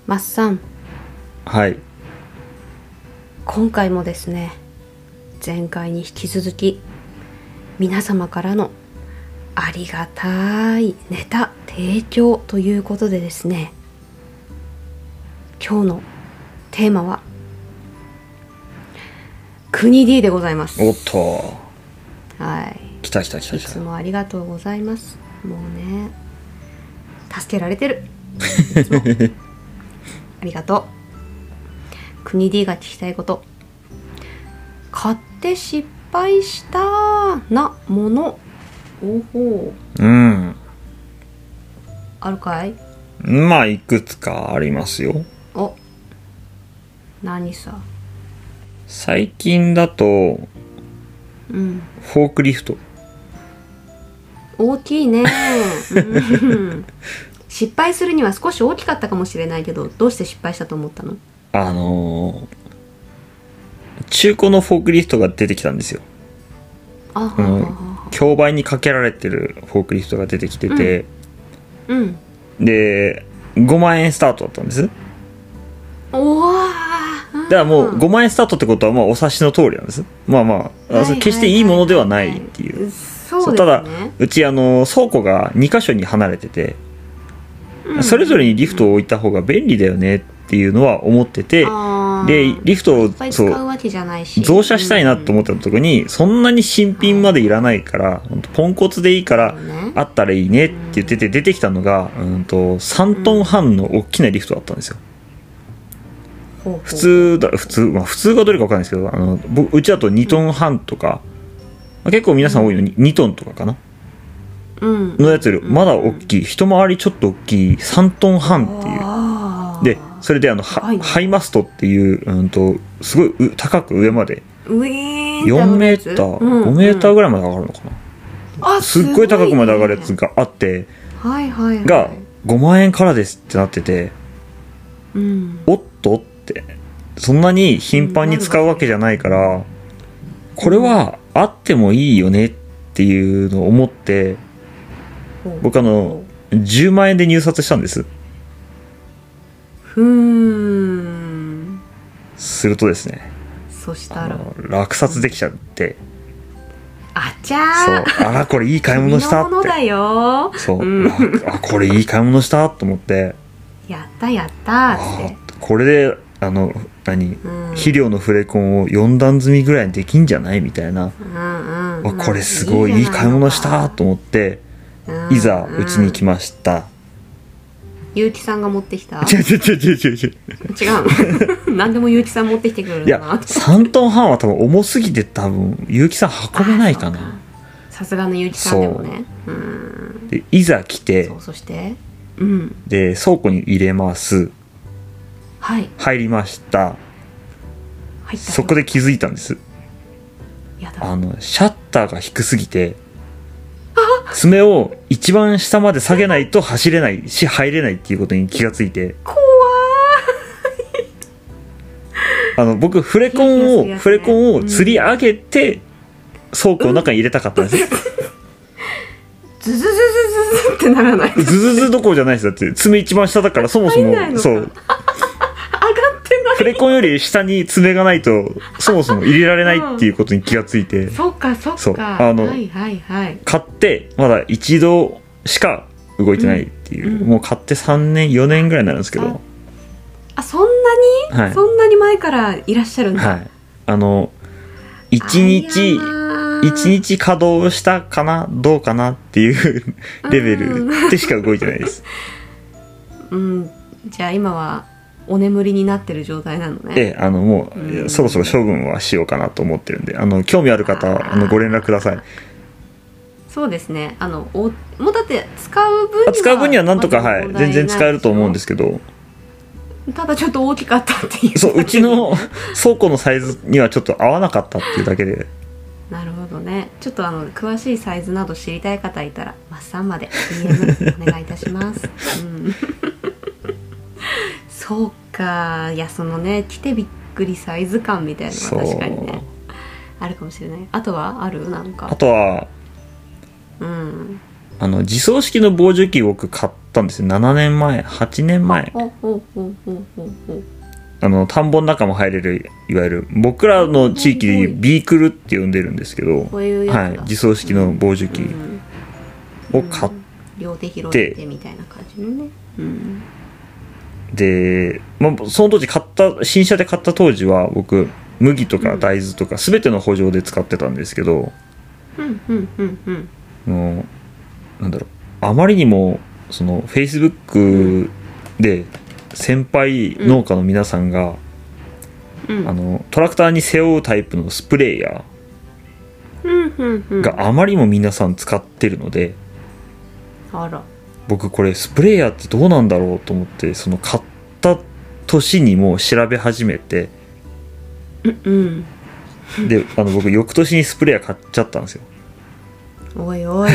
マッサン、 はい。 今回もですね、前回に引き続き皆様からのありがたいネタ提供ということでですね、今日のテーマは国 D でございます。 おっと。 はい。 来た来た来たい来た。 つもありがとうございます。もうね、助けられてる。いつもありがとう。国 D が聞きたいこと。買って失敗したなもの。おほう。 うん。 あるかい？ まあいくつかありますよ。 お、何さ。 最近だとうん。 フォークリフト。 大きいね。うん失敗するには少し大きかったかもしれないけど、どうして失敗したと思ったの？ 中古のフォークリフトが出てきたんですよ。 あははは。 競売にかけられてるフォークリフトが出てきてて、 うん。 で5万円スタートだったんです。 おわー。 だからもう5万円スタートってことはまあお察しの通りなんです。まあまあ決していいものではないっていう。 そうですね。 ただうち倉庫が2箇所に離れてて、それぞれにリフトを置いた方が便利だよねっていうのは思ってて、でリフトを増車したいなと思った時に、そんなに新品までいらないからポンコツでいいからあったらいいねって言ってて、出てきたのが3トン半の大きなリフトだったんですよ。普通がどれか分かんないですけど、うちだと2トン半とか、結構皆さん多いのに2トンとかかなのやつよりまだ大きい、一回りちょっと大きい3トン半っていう。でそれでハイマストっていうすごい高く上まで4メーター5メーターぐらいまで上がるのかな、すっごい高くまで上がるやつがあって、が5万円からですってなってて、おっとって、そんなに頻繁に使うわけじゃないから、これはあってもいいよねっていうのを思って、僕10万円で入札したんです。するとですね、 そしたら落札できちゃって、 あちゃー、 そう、あらこれいい買い物したって、 だよ、 そう、あこれいい買い物したと思って、 やったやったーって、 これで肥料のフレコンを4段積みぐらいにできんじゃないみたいな、これすごいいい買い物したと思って、いざうちに来ました。 ゆうきさんが持ってきた？ 違う何でもゆうきさん持ってきてくれるんだな。 いや3トン半は多分重すぎて、多分ゆうきさん運べないかな。 さすがのゆうきさんでもね。 でいざ来て、 そしてで倉庫に入れます。 はい入りました。そこで気づいたんです。シャッターが低すぎて、爪を一番下まで下げないと走れないし入れないっていうことに気がついて、 怖い。僕フレコンを吊り上げて倉庫の中に入れたかったんです。 ズズズズズズってならない？ ズズズどころじゃないです。だって爪一番下だから、そもそもそうフレコンより下に爪がないとそもそも入れられないっていうことに気がついて、 そっか買ってまだ一度しか動いてないっていう、もう買って3年4年ぐらいになるんですけど、 そんなに、そんなに前からいらっしゃるんだ。 1日稼働したかなどうかなっていうレベルでしか動いてないです。 じゃあ今はお眠りになってる状態なのね。 もうそろそろ処分はしようかなと思ってるんで、興味ある方はご連絡ください。 そうですね。もうだって使う分にはなんとか、全然使えると思うんですけど、 ただちょっと大きかったっていう。 そう、うちの倉庫のサイズにはちょっと合わなかったっていうだけで。 なるほどね。ちょっと詳しいサイズなど知りたい方いたらマッサンまで DM お願いいたします。そうか。いや、そのね、来てびっくりサイズ感みたいなのは確かにねあるかもしれない。あとはある？なんか。 あとは自走式の棒受機僕買ったんですよ。7年前8年前。田んぼの中も入れる、いわゆる僕らの地域でビークルって呼んでるんですけど、 こういうやつだ、 はい、自走式の棒受機を買って、 両手広げてみたいな感じのね、 で、その当時新車で買った当時は僕麦とか大豆とか全ての補助で使ってたんですけど、なんだろう、あまりにもその Facebook で先輩農家の皆さんが、トラクターに背負うタイプのスプレーヤーがあまりにも皆さん使ってるので、 あら、僕これスプレーヤーってどうなんだろうと思って、その買った年にもう調べ始めて、で僕翌年にスプレーヤー買っちゃったんですよ。 おいおい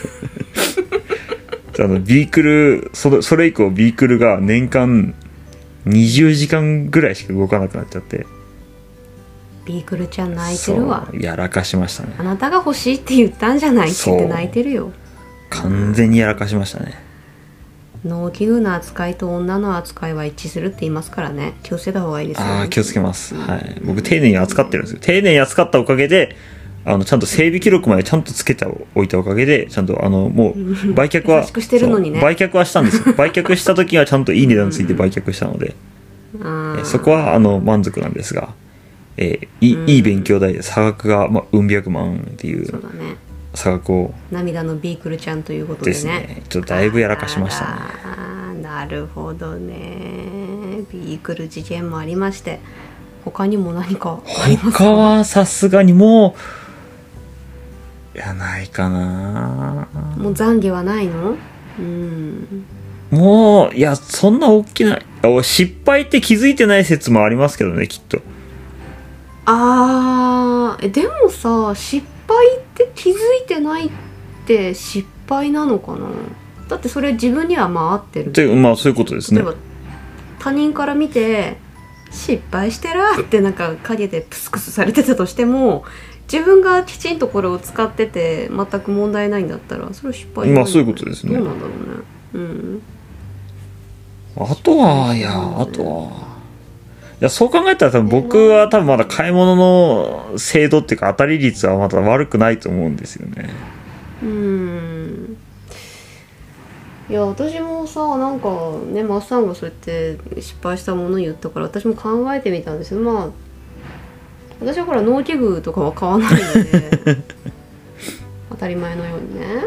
ビークル、それ以降ビークルが年間20時間ぐらいしか動かなくなっちゃって、 ビークルちゃん泣いてるわ。 やらかしましたね。 あなたが欲しいって言ったんじゃないって言って泣いてるよ。 完全にやらかしましたね。 農機具の扱いと女の扱いは一致するって言いますからね、気をつけた方がいいですよ。 気をつけます、はい。僕丁寧に扱ってるんですよ。丁寧に扱ったおかげでちゃんと整備記録までちゃんとつけておいたおかげで、ちゃんともう売却はしてるのにね、 売却はしたんですよ。売却した時はちゃんといい値段ついて売却したので、そこは満足なんですが、いい勉強代で差額が、うん百万っていう差額を、 涙のビークルちゃんということで ね、 ちょっとだいぶやらかしましたね。 なるほどね。ビークル事件もありまして、他にも何かありますか？ 他はさすがにもうないかな。 もう懺悔はないの？ もうそんな大きな失敗って気づいてない説もありますけどね、きっと。 でもさ、失敗って気づいてないって失敗なのかな。だってそれ自分には合ってるって、 そういうことですね。 例えば他人から見て失敗してらってなんか陰でプスクスされてたとしても、自分がきちんとこれを使ってて全く問題ないんだったら、それは失敗じゃない。 そういうことですね。 どうなんだろうね。 あとはいや、そう考えたら僕は多分まだ買い物の精度っていうか当たり率はまだ悪くないと思うんですよね。 いや、私もさ、なんかね、マッサンがそうやって失敗したもの言ったから私も考えてみたんですよ。私はほら農機具とかは買わないので当たり前のようにね。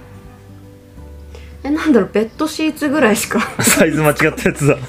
なんだろう、ベッドシーツぐらいしかサイズ間違ったやつだ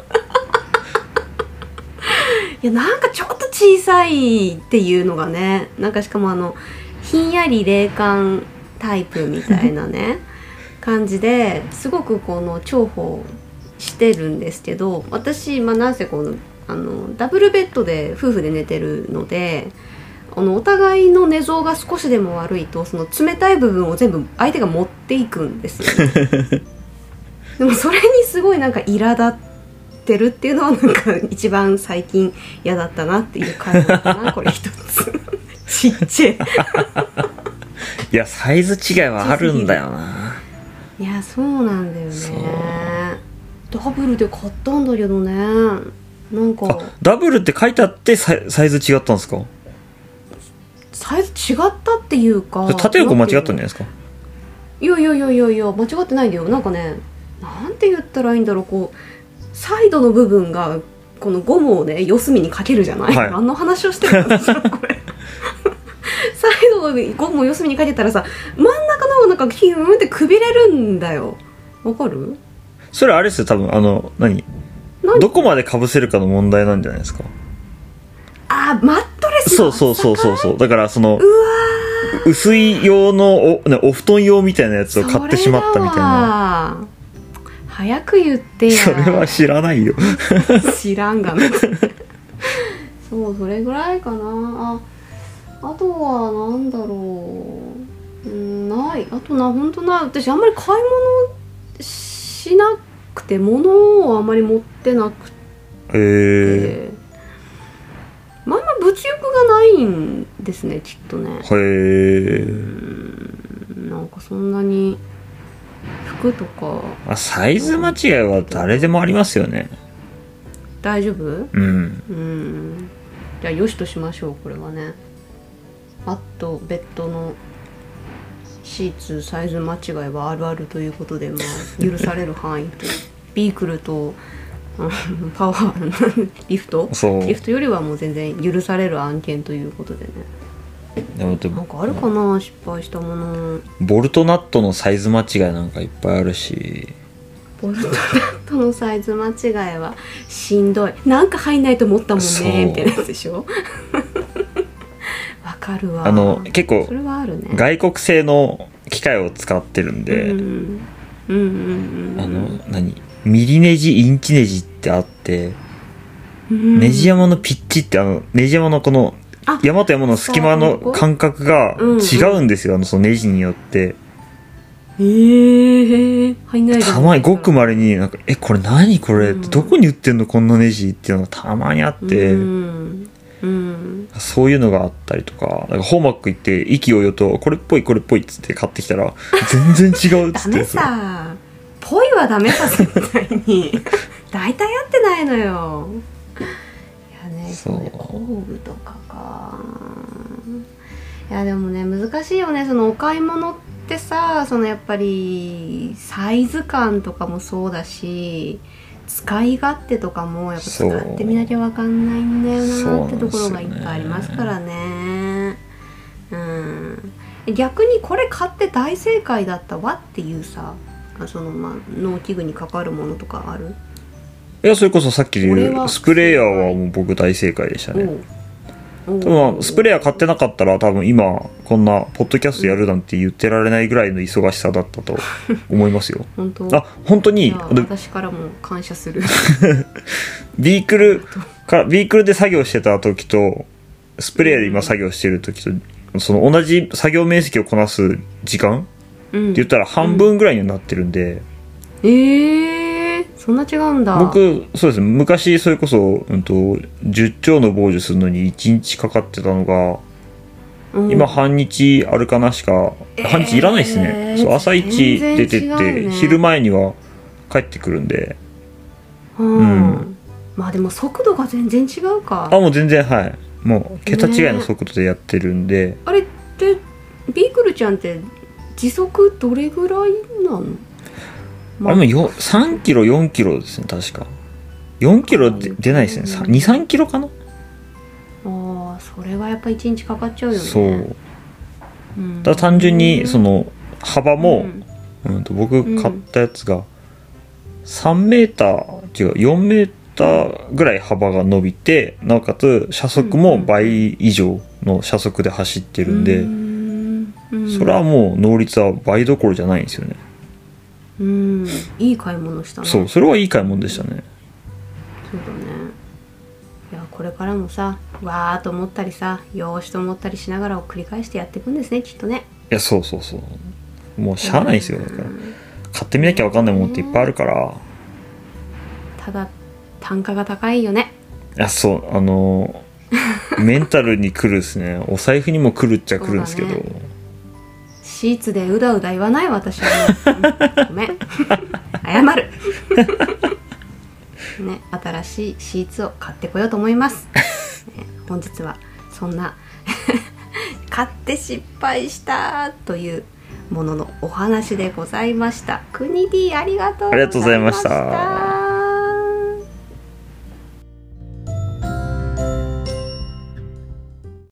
いや、なんかちょっと小さいっていうのがね、なんかしかもひんやり冷感タイプみたいなね感じですごく重宝してるんですけど、私なんせダブルベッドで夫婦で寝てるので、お互いの寝相が少しでも悪いと、その冷たい部分を全部相手が持っていくんですよねでもそれにすごいなんか苛立ってるっていうのはなんか一番最近嫌だったなっていう感じかなこれ一つちっちゃいいや、サイズ違いはあるんだよな。 いや、そうなんだよね。ダブルで買ったんだけどね。なんかダブルって書いてあってサイズ違ったんですか？ サイズ違ったっていうか、 縦横間違ったんじゃないですか？ いや間違ってないんだよ。なんかね、なんて言ったらいいんだろう、サイドの部分がこのゴムをね四隅にかけるじゃない、何の話をしてるんですかこれサイドのゴムを四隅にかけたらさ、真ん中のなんかヒューンってくびれるんだよ。わかる？ それあれですよ、多分どこまでかぶせるかの問題なんじゃないですか？ マットレスのそうだから薄い用のお布団用みたいなやつを買ってしまったみたいな。 早く言ってや。 それは知らないよ知らんがなそう、それぐらいかな。あとはなんだろう、ない。あと本当私あんまり買い物しなくて、物をあんまり持ってなくて、物欲がないんですね、きっとね。 へえ。 なんかそんなに服とかサイズ間違いは誰でもありますよね。 大丈夫？ うんじゃあよしとしましょう。これはね。あとベッドのシーツサイズ間違いはあるあるということで、まあ許される範囲とビークルとパワーリフトよりはもう全然許される案件ということでね。なんかあるかな、失敗したもの。 ボルトナットのサイズ間違いなんかいっぱいあるし。 ボルトナットのサイズ間違いはしんどい。なんか入んないと思ったもんねみたいなやつでしょ。わかるわ。 結構それはあるね。 外国製の機械を使ってるんで、ミリネジインチネジってあって、ネジ山のピッチってネジ山のこの山と山の隙間の感覚が違うんですよ、そのネジによって。 入んないたまにごくまれになんかこれ何これ、どこに売ってんのこんなネジっていうのがたまにあって、そういうのがあったりとか、なんかホーマック行って意気揚々とこれっぽいっつって買ってきたら全然違うっつって。 ダメさ、ぽいはダメさ絶対に。大体合ってないのよ。いやね、そうね、工具とかか。いやでもね、難しいよね、そのお買い物ってさ、そのやっぱりサイズ感とかもそうだし、使い勝手とかもやっぱ使ってみなきゃ分かんないんだよなってところがいっぱいありますからね。逆にこれ買って大正解だったわっていうさ、その農機具に関わるものとかある？ いや、それこそさっきで言うスプレーヤーはもう僕大正解でしたね。多分スプレーヤー買ってなかったら多分今こんなポッドキャストやるなんて言ってられないぐらいの忙しさだったと思いますよ。本当に私からも感謝する。 ビークルで作業してた時とスプレーヤーで今作業してる時と、その同じ作業面積をこなす時間って言ったら半分ぐらいにはなってるんで。 そんな違うんだ。 僕そうですね、昔それこそ、10丁の防除するのに1日かかってたのが、今半日あるかなしか、半日いらないですね。そう、朝一出てって、昼前には帰ってくるんで。 まあでも速度が全然違うか。 もう全然、はい、もう桁違いの速度でやってるんで。 あれってビークルちゃんって時速どれぐらいなの？ あれも3キロ4キロですね、確か。4キロ出ないですね。2、3キロかな。 それはやっぱ1日かかっちゃうよね。 そう。だ単純にその幅も、僕買ったやつが3メーター違う4メーターぐらい幅が伸びて、なおかつ車速も倍以上の車速で走ってるんで、それはもう能率は倍どころじゃないんですよね。 いい買い物したね。 そう、それはいい買い物でしたね。 そうだね。いや、これからもさ、わーと思ったりさ、よーしと思ったりしながらを繰り返してやっていくんですね、きっとね。 いや、そうもうしゃあないですよ。だから買ってみなきゃ分かんないものっていっぱいあるから。 ただ単価が高いよね。 いや、そうメンタルに来るですね。お財布にも来るっちゃ来るんですけど、 シーツでうだうだ言わない、私は。ごめん。謝る。ね、新しいシーツを買ってこようと思います。本日はそんな買って失敗したというもののお話でございました。国 D ありがとうございました。